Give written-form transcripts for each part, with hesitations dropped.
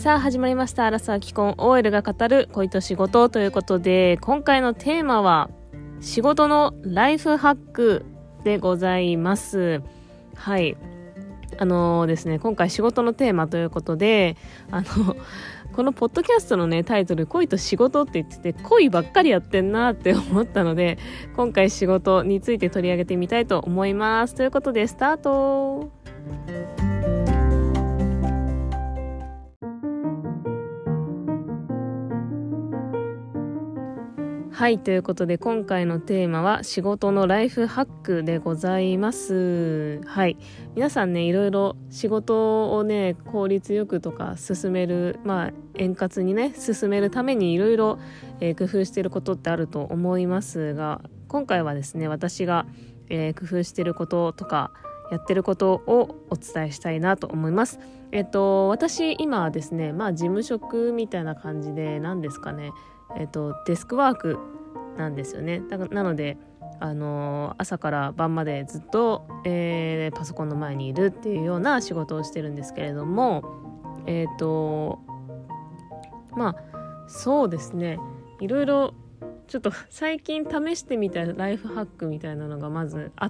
さあ始まりました。アラサー既婚 OL が語る恋と仕事ということで、今回のテーマは仕事のライフハックでございます。はい。ですね、今回仕事のテーマということで、このポッドキャストのね、タイトル恋と仕事って言ってて、恋ばっかりやってんなって思ったので、今回仕事について取り上げてみたいと思います。ということで、スタート。はい、ということで今回のテーマは仕事のライフハックでございます。はい、皆さんね、いろいろ仕事をね効率よくとか進める、円滑にね進めるためにいろいろ工夫していることってあると思いますが、今回はですね、私が、工夫していることとかやってることをお伝えしたいなと思います。私今はですね、事務職みたいな感じで、何ですかね、デスクワークなんですよね。なので、朝から晩までずっと、パソコンの前にいるっていうような仕事をしてるんですけれども、そうですね、いろいろちょっと最近試してみたライフハックみたいなのがまずあって、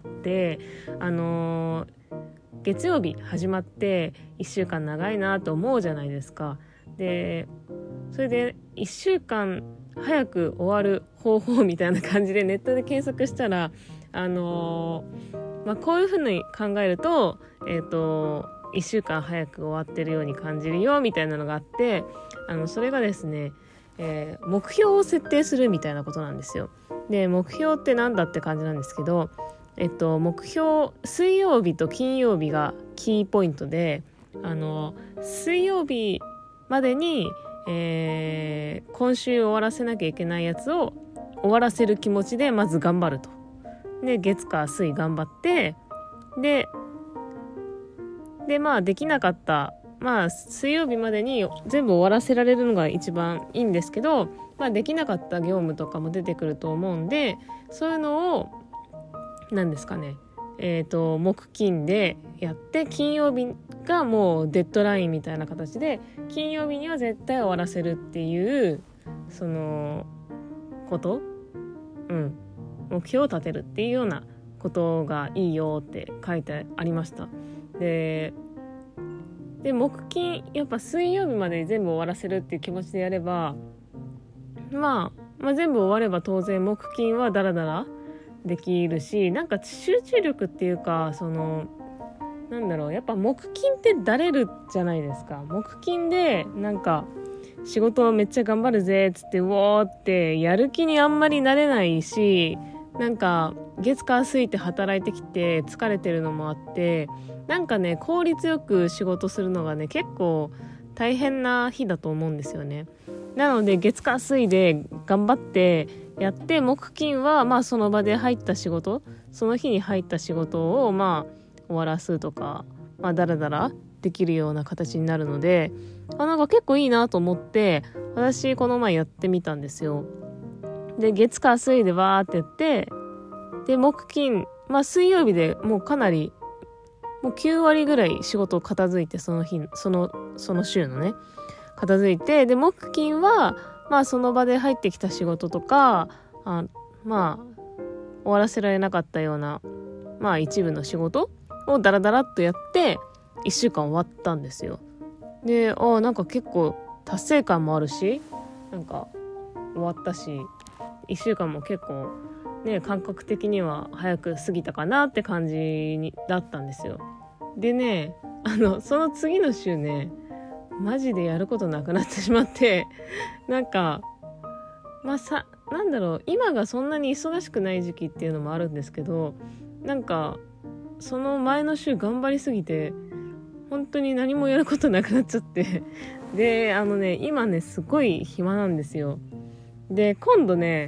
月曜日始まって1週間長いなと思うじゃないですか。でそれで1週間早く終わる方法みたいな感じでネットで検索したら、こういうふうに考えると、1週間早く終わってるように感じるよみたいなのがあって、それがですね、目標を設定するみたいなことなんですよ。で、目標ってなんだって感じなんですけど、目標、水曜日と金曜日がキーポイントで、水曜日までに、今週終わらせなきゃいけないやつを終わらせる気持ちでまず頑張ると。で、月火水頑張って、でできなかった、水曜日までに全部終わらせられるのが一番いいんですけど、できなかった業務とかも出てくると思うんで、そういうのを何ですかね、木金でやって、金曜日がもうデッドラインみたいな形で、金曜日には絶対終わらせるっていうそのこと目標を立てるっていうようなことがいいよって書いてありました。で木金やっぱ水曜日まで全部終わらせるっていう気持ちでやれば、全部終われば当然木金はダラダラできるし、なんか集中力っていうか、やっぱ木金ってだれるじゃないですか。木金でなんか仕事をめっちゃ頑張るぜっつってウォーってやる気にあんまりなれないし、なんか月火水って働いてきて疲れてるのもあって、なんかね、効率よく仕事するのがね結構大変な日だと思うんですよね。なので月火水で頑張ってやって、木金はその場で入った仕事、その日に入った仕事を終わらすとか、だらだらできるような形になるので、なんか結構いいなと思って、私この前やってみたんですよ。で、月火水でわーってやって、で木金、水曜日でもうかなりもう9割ぐらい仕事を片付いて、その日その週のね片付いて、で木金はその場で入ってきた仕事とか、終わらせられなかったような一部の仕事をダラダラっとやって1週間終わったんですよ。で、なんか結構達成感もあるし、なんか終わったし、1週間も結構ね、感覚的には早く過ぎたかなって感じだったんですよ。でね、その次の週ね、マジでやることなくなってしまって、なんか今がそんなに忙しくない時期っていうのもあるんですけど、なんかその前の週頑張りすぎて本当に何もやることなくなっちゃって、で今ねすごい暇なんですよ。で今度ね、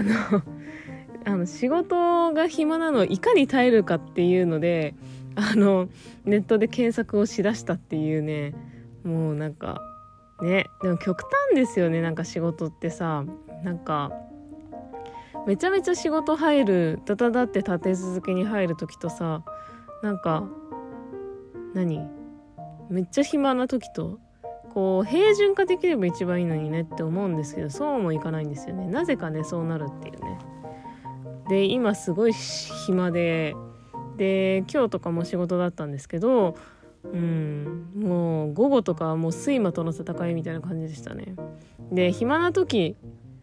仕事が暇なのをいかに耐えるかっていうので、ネットで検索をしだしたっていうね、もうなんかね、でも極端ですよね。なんか仕事ってさ、なんかめちゃめちゃ仕事入る、ダダダって立て続けに入る時とさ、なんかめっちゃ暇な時とこう平準化できれば一番いいのにねって思うんですけど、そうもいかないんですよね。なぜかねそうなるっていうね。で今すごい暇で今日とかも仕事だったんですけど、もう午後とかはもう睡魔との戦いみたいな感じでしたね。で暇な時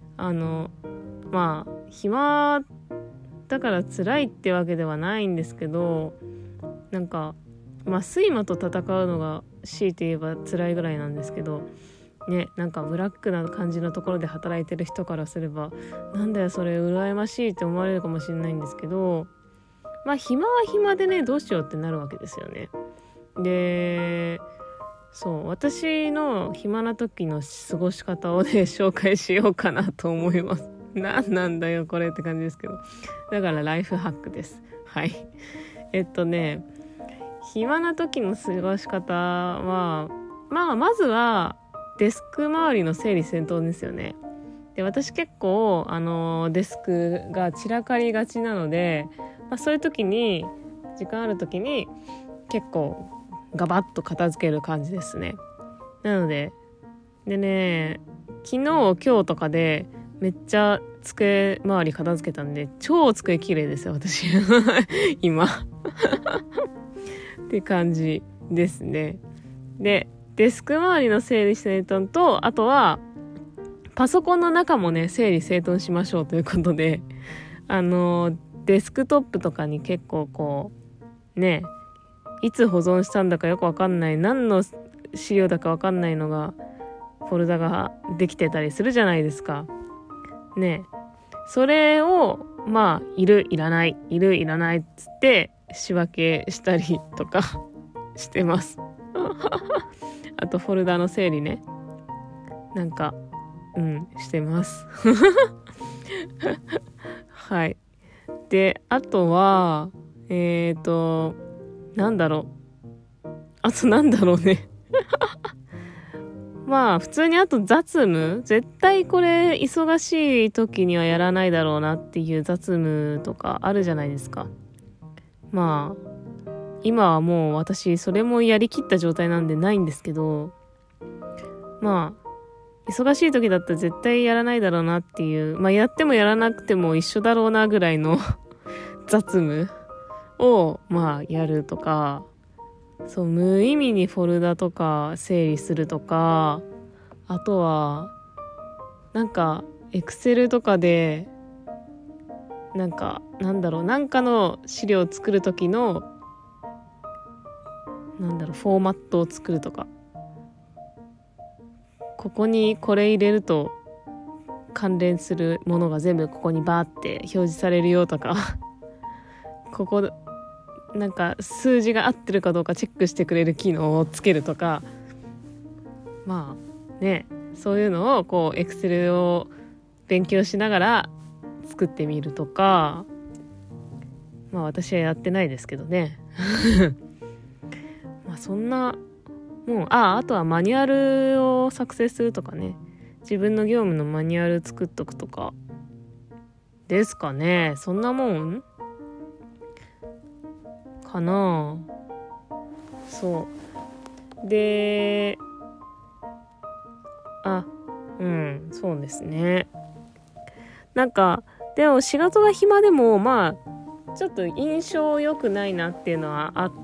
まあ暇だから辛いってわけではないんですけど、なんか睡魔と戦うのが強いて言えば辛いぐらいなんですけどね、なんかブラックな感じのところで働いてる人からすればなんだよそれ羨ましいって思われるかもしれないんですけど、暇は暇でねどうしようってなるわけですよね。でそう私の暇な時の過ごし方をね紹介しようかなと思います。なんだよこれって感じですけど、だからライフハックです。はい。暇な時の過ごし方はまずはデスク周りの整理整頓ですよね。で私結構デスクが散らかりがちなので、そういう時に時間ある時に結構ガバッと片付ける感じですね。なのでね、昨日今日とかでめっちゃ机周り片付けたんで超机綺麗ですよ私今って感じですね。でデスク周りの整理整頓と、あとはパソコンの中もね整理整頓しましょうということで、デスクトップとかに結構こうね、いつ保存したんだかよくわかんない、何の資料だかわかんないのがフォルダができてたりするじゃないですかね。それをいるいらないっつって仕分けしたりとかしてますあとフォルダの整理ね、なんかしてますはい。であとはなんだろうね普通にあと雑務、絶対これ忙しい時にはやらないだろうなっていう雑務とかあるじゃないですか。今はもう私それもやりきった状態なんでないんですけど、忙しい時だったら絶対やらないだろうなっていう、やってもやらなくても一緒だろうなぐらいの雑務をやるとか、そう無意味にフォルダとか整理するとか、あとはなんかエクセルとかでなんかの資料を作る時のフォーマットを作るとか、ここにこれ入れると関連するものが全部ここにバーって表示されるよとかここなんか数字が合ってるかどうかチェックしてくれる機能をつけるとか、そういうのをこうエクセルを勉強しながら作ってみるとか、私はやってないですけどねそんなもうあとはマニュアルを作成するとかね、自分の業務のマニュアル作っとくとかですかね。そんなもんかな。そうでそうですね。なんかでも仕事が暇でもちょっと印象良くないなっていうのはあって、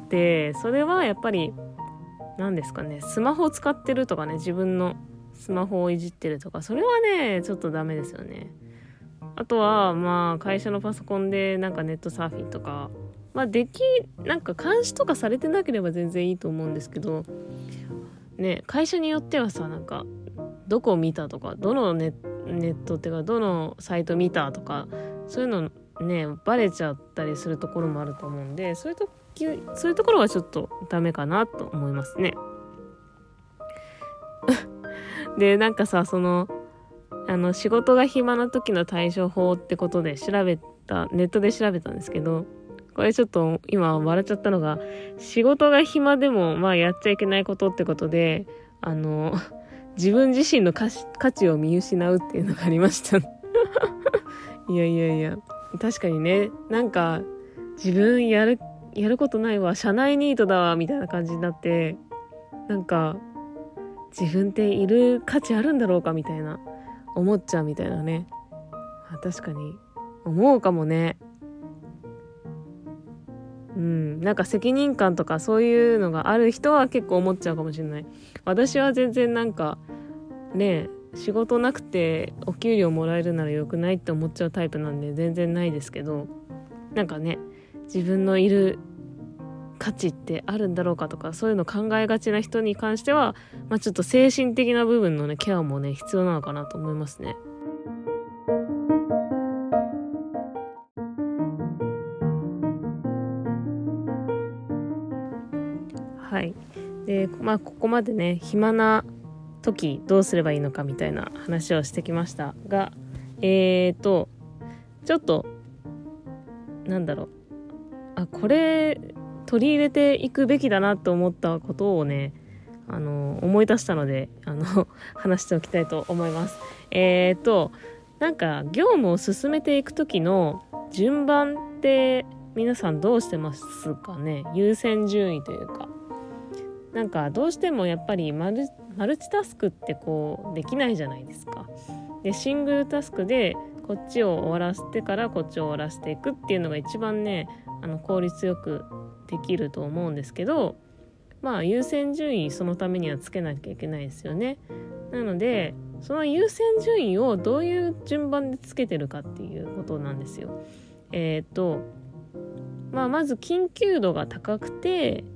それはやっぱり何ですかね、スマホを使ってるとかね、自分のスマホをいじってるとか、それはねちょっとダメですよね。あとは会社のパソコンでなんかネットサーフィンとかなんか監視とかされてなければ全然いいと思うんですけどね、会社によってはさ、なんかどこを見たとか、どのネットっていうかどのサイト見たとか、そういうのねバレちゃったりするところもあると思うんで、そういうところはちょっとダメかなと思いますねでなんかさ、仕事が暇な時の対処法ってことでネットで調べたんですけど、これちょっと今笑っちゃったのが、仕事が暇でもやっちゃいけないことってことで自分自身の価値を見失うっていうのがありましたいや確かにね、なんか自分やることないわ、社内ニートだわみたいな感じになって、なんか自分っている価値あるんだろうかみたいな思っちゃうみたいなね。確かに思うかもね。なんか責任感とかそういうのがある人は結構思っちゃうかもしれない。私は全然なんかね、仕事なくてお給料もらえるならよくないって思っちゃうタイプなんで全然ないですけど、なんかね、自分のいる価値ってあるんだろうかとか、そういうの考えがちな人に関しては、ちょっと精神的な部分のねケアもね必要なのかなと思いますね。はい。で、ここまでね、暇な時どうすればいいのかみたいな話をしてきましたが、ちょっとこれ取り入れていくべきだなと思ったことをね、思い出したので話しておきたいと思います。なんか業務を進めていく時の順番って皆さんどうしてますかね。優先順位というか、なんかどうしてもやっぱりマルチタスクってこうできないじゃないですか。でシングルタスクでこっちを終わらせてからこっちを終わらせていくっていうのが一番ね効率よくできると思うんですけど、優先順位そのためにはつけなきゃいけないですよね。なのでその優先順位をどういう順番でつけてるかっていうことなんですよ。まず緊急度が高くて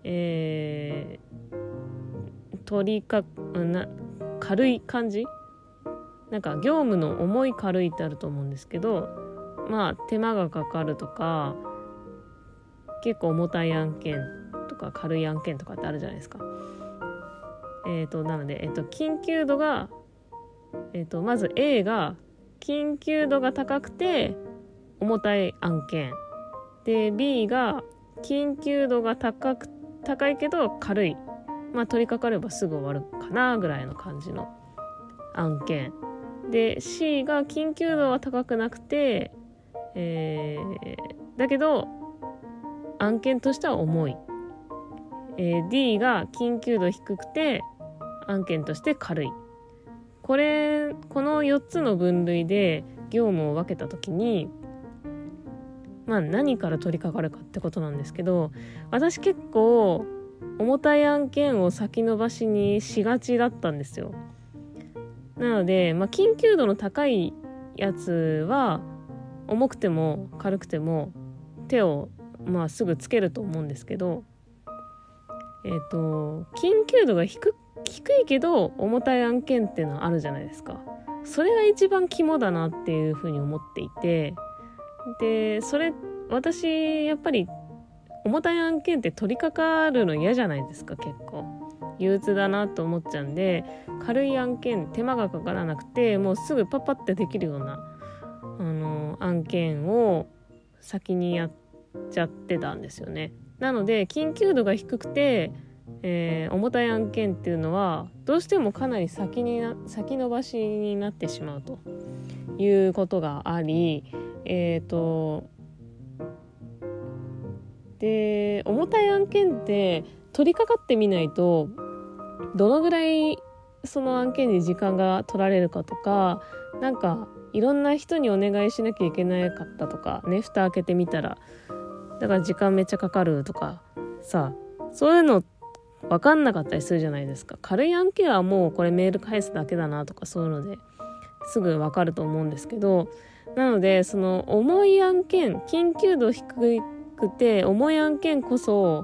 軽い感じ、なんか業務の重い軽いってあると思うんですけど、手間がかかるとか結構重たい案件とか軽い案件とかってあるじゃないですか。なので、緊急度が、まず A が緊急度が高くて重たい案件で、 B が緊急度が高いけど軽い、取り掛かればすぐ終わるかなぐらいの感じの案件で、 C が緊急度は高くなくて、だけど案件としては重い、D が緊急度低くて案件として軽い。この4つの分類で業務を分けたときに何から取り掛かるかってことなんですけど、私結構重たい案件を先延ばしにしがちだったんですよ。なので、緊急度の高いやつは重くても軽くても手をすぐつけると思うんですけど、緊急度が低いけど重たい案件っていうのはあるじゃないですか。それが一番肝だなっていうふうに思っていて、で私やっぱり重たい案件って取り掛かるの嫌じゃないですか。結構憂鬱だなと思っちゃうんで、軽い案件、手間がかからなくてもうすぐパパってできるような案件を先にやっちゃってたんですよね。なので緊急度が低くて、重たい案件っていうのはどうしてもかなり先延ばしになってしまうということがあり、で重たい案件って取り掛かってみないとどのぐらいその案件に時間が取られるかとか、なんかいろんな人にお願いしなきゃいけなかったとかね、蓋開けてみたらだから時間めっちゃかかるとかさ、そういうの分かんなかったりするじゃないですか。軽い案件はもうこれメール返すだけだなとか、そういうのですぐ分かると思うんですけど、なのでその重い案件、緊急度低くて重い案件こそ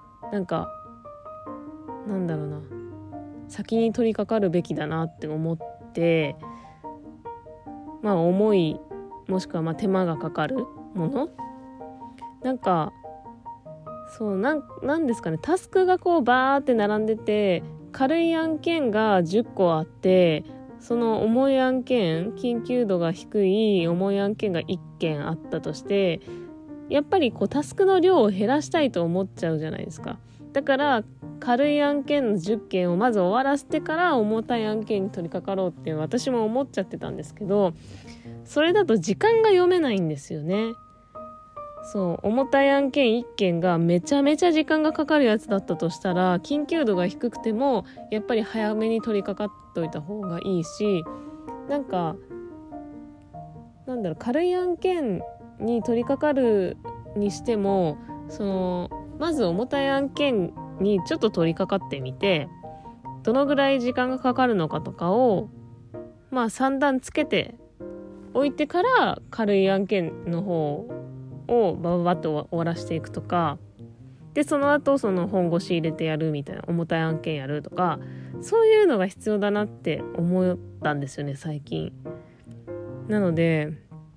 先に取り掛かるべきだなって思って、重いもしくは手間がかかるもの、なんですかね、タスクがこうバーって並んでて軽い案件が10個あって、その重い案件、緊急度が低い重い案件が1件あったとして、やっぱりこうタスクの量を減らしたいと思っちゃうじゃないですか。だから軽い案件の10件をまず終わらせてから重たい案件に取り掛かろうって私も思っちゃってたんですけど、それだと時間が読めないんですよね。 そう重たい案件1件がめちゃめちゃ時間がかかるやつだったとしたら、緊急度が低くてもやっぱり早めに取り掛かっといた方がいいし、なんか軽い案件に取り掛かるにしても、まず重たい案件にちょっと取り掛かってみて、どのぐらい時間がかかるのかとかを3段つけておいてから軽い案件の方をバババッと終わらしていくとかで、その後本腰入れてやるみたいな、重たい案件やるとか、そういうのが必要だなって思ったんですよね、最近。なので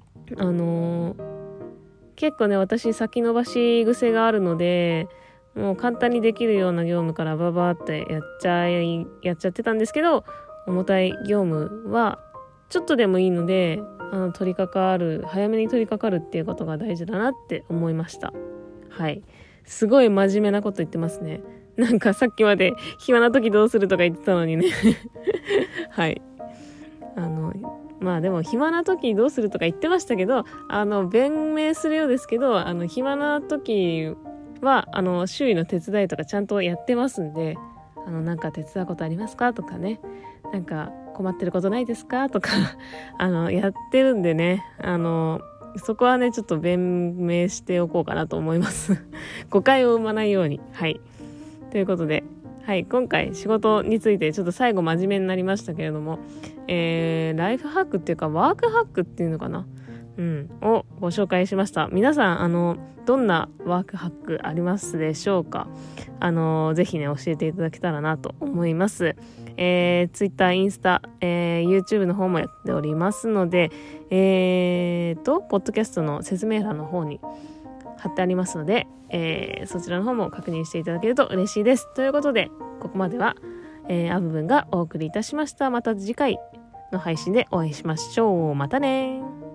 結構ね、私先延ばし癖があるので、もう簡単にできるような業務からババーってやっちゃってたんですけど、重たい業務はちょっとでもいいので早めに取り掛かるっていうことが大事だなって思いました。はい、すごい真面目なこと言ってますね。なんかさっきまで暇な時どうするとか言ってたのにねはい、でも暇な時どうするとか言ってましたけど、弁明するようですけど、暇な時は周囲の手伝いとかちゃんとやってますんで、なんか手伝うことありますかとかね、なんか困ってることないですかとかやってるんでね、そこはねちょっと弁明しておこうかなと思います誤解を生まないように。はい、ということで、はい、今回仕事についてちょっと最後真面目になりましたけれども、ライフハックっていうかワークハックっていうのかな、をご紹介しました。皆さんどんなワークハックありますでしょうか。ぜひね教えていただけたらなと思います。Twitter、インスタ、YouTube の方もやっておりますので、ポッドキャストの説明欄の方に貼ってありますので、そちらの方も確認していただけると嬉しいです。ということで、ここまでは、アブブンがお送りいたしました。また次回の配信でお会いしましょう。またね。